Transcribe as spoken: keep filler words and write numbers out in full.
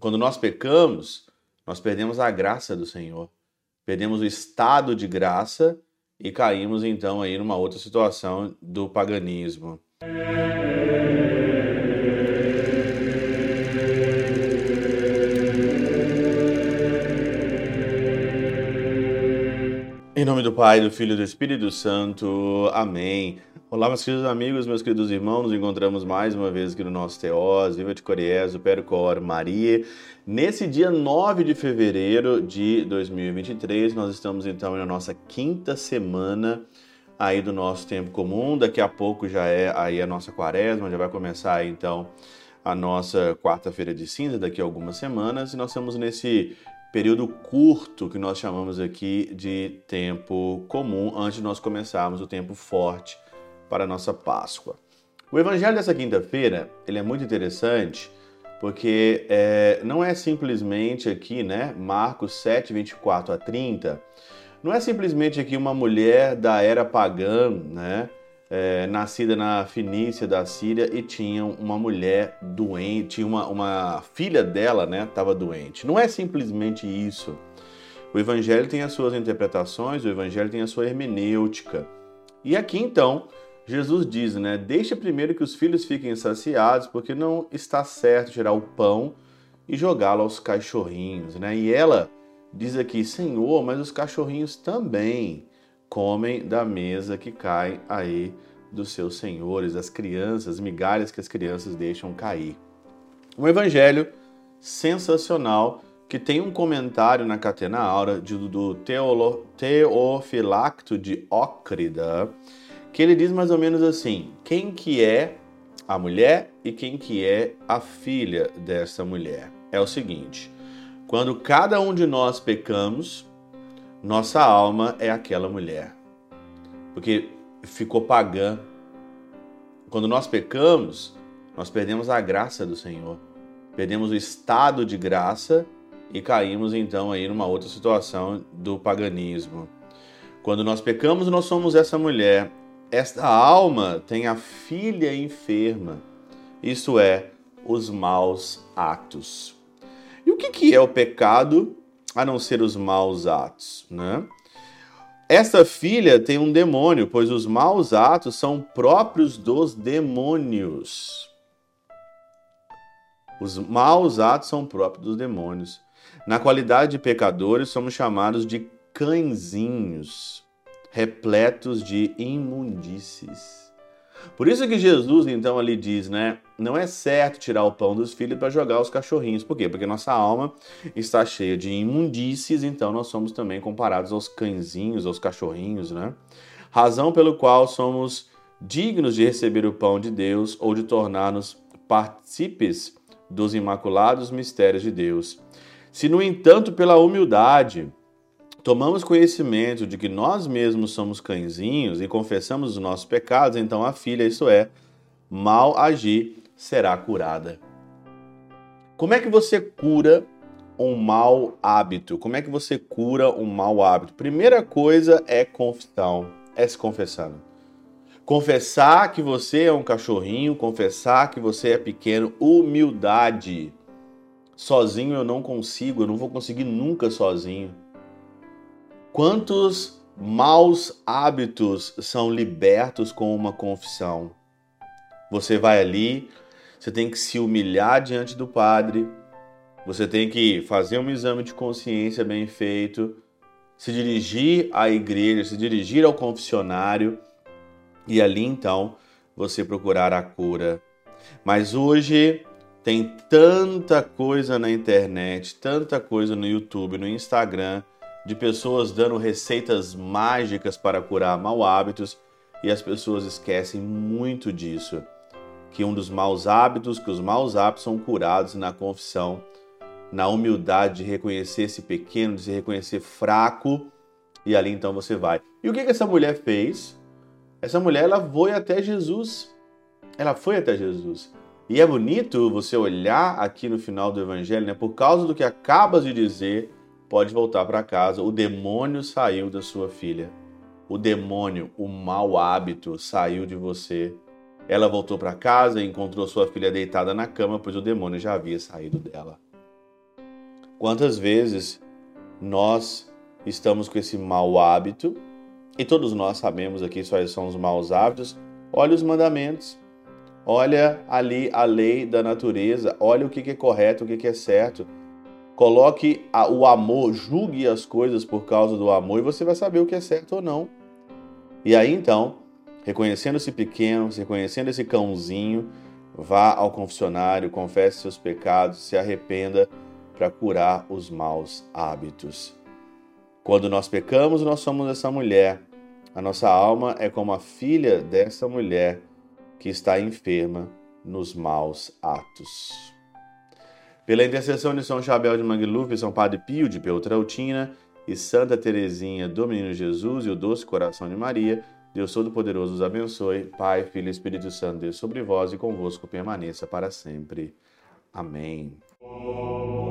Quando nós pecamos, nós perdemos a graça do Senhor, perdemos o estado de graça e caímos então aí numa outra situação do paganismo. Em nome do Pai, do Filho e do Espírito Santo. Amém. Olá, meus queridos amigos, meus queridos irmãos, nos encontramos mais uma vez aqui no nosso Teós, Viva de Coriés, o Percor Maria. Nesse dia nove de fevereiro de dois mil e vinte e três, nós estamos então na nossa quinta semana aí do nosso tempo comum. Daqui a pouco já é aí a nossa quaresma, já vai começar aí então a nossa quarta-feira de cinza, daqui a algumas semanas, e nós estamos nesse período curto que nós chamamos aqui de tempo comum, antes de nós começarmos o tempo forte para a nossa Páscoa. O evangelho dessa quinta-feira, ele é muito interessante, porque é, não é simplesmente aqui, né, Marcos sete, vinte e quatro a trinta, não é simplesmente aqui uma mulher da era pagã, né, é, nascida na Fenícia da Síria e tinha uma mulher doente, tinha uma, uma filha dela, né, estava doente. Não é simplesmente isso. O evangelho tem as suas interpretações, o evangelho tem a sua hermenêutica. E aqui então, Jesus diz, né, deixa primeiro que os filhos fiquem saciados, porque não está certo tirar o pão e jogá-lo aos cachorrinhos, né? E ela diz aqui, Senhor, mas os cachorrinhos também comem da mesa que cai aí dos seus senhores, das crianças, migalhas que as crianças deixam cair. Um evangelho sensacional que tem um comentário na Catena Áurea do Teolo, Teofilacto de Ócrida, que ele diz mais ou menos assim, quem que é a mulher e quem que é a filha dessa mulher. É o seguinte, quando cada um de nós pecamos, nossa alma é aquela mulher, porque ficou pagã. Quando nós pecamos, nós perdemos a graça do Senhor, perdemos o estado de graça e caímos então aí numa outra situação do paganismo. Quando nós pecamos, nós somos essa mulher. Esta alma tem a filha enferma, isto é, os maus atos. E o que é o pecado, a não ser os maus atos, né? Esta filha tem um demônio, pois os maus atos são próprios dos demônios. Os maus atos são próprios dos demônios. Na qualidade de pecadores, somos chamados de cãezinhos, repletos de imundícies. Por isso que Jesus, então, ali diz, né? Não é certo tirar o pão dos filhos para jogar os cachorrinhos. Por quê? Porque nossa alma está cheia de imundícies, então nós somos também comparados aos cãezinhos, aos cachorrinhos, né? Razão pelo qual somos dignos de receber o pão de Deus ou de tornar-nos partícipes dos imaculados mistérios de Deus. Se, no entanto, pela humildade tomamos conhecimento de que nós mesmos somos cãezinhos e confessamos os nossos pecados, então a filha, isso é, mal agir, será curada. Como é que você cura um mau hábito? Como é que você cura um mau hábito? Primeira coisa é confissão, é se confessando. Confessar que você é um cachorrinho, confessar que você é pequeno, humildade. Sozinho eu não consigo, eu não vou conseguir nunca sozinho. Quantos maus hábitos são libertos com uma confissão? Você vai ali, você tem que se humilhar diante do padre, você tem que fazer um exame de consciência bem feito, se dirigir à igreja, se dirigir ao confessionário e ali então você procurar a cura. Mas hoje tem tanta coisa na internet, tanta coisa no YouTube, no Instagram, de pessoas dando receitas mágicas para curar maus hábitos e as pessoas esquecem muito disso. Que um dos maus hábitos, que os maus hábitos são curados na confissão, na humildade de reconhecer esse pequeno, de se reconhecer fraco e ali então você vai. E o que que essa mulher fez? Essa mulher, ela foi até Jesus. Ela foi até Jesus. E é bonito você olhar aqui no final do evangelho, né? Por causa do que acabas de dizer, pode voltar para casa. O demônio saiu da sua filha. O demônio, o mau hábito saiu de você. Ela voltou para casa e encontrou sua filha deitada na cama, pois o demônio já havia saído dela. Quantas vezes nós estamos com esse mau hábito, e todos nós sabemos aqui quais são os maus hábitos. Olha os mandamentos, olha ali a lei da natureza, olha o que é correto, o que é certo. Coloque o amor, julgue as coisas por causa do amor e você vai saber o que é certo ou não. E aí então, reconhecendo-se pequeno, reconhecendo esse cãozinho, vá ao confessionário, confesse seus pecados, se arrependa para curar os maus hábitos. Quando nós pecamos, nós somos essa mulher. A nossa alma é como a filha dessa mulher que está enferma nos maus atos. Pela intercessão de São Chabel de Mangluf, São Padre Pio de Peltrautina e Santa Teresinha do Menino Jesus e o Doce Coração de Maria, Deus Todo-Poderoso os abençoe. Pai, Filho e Espírito Santo, Deus sobre vós e convosco permaneça para sempre. Amém.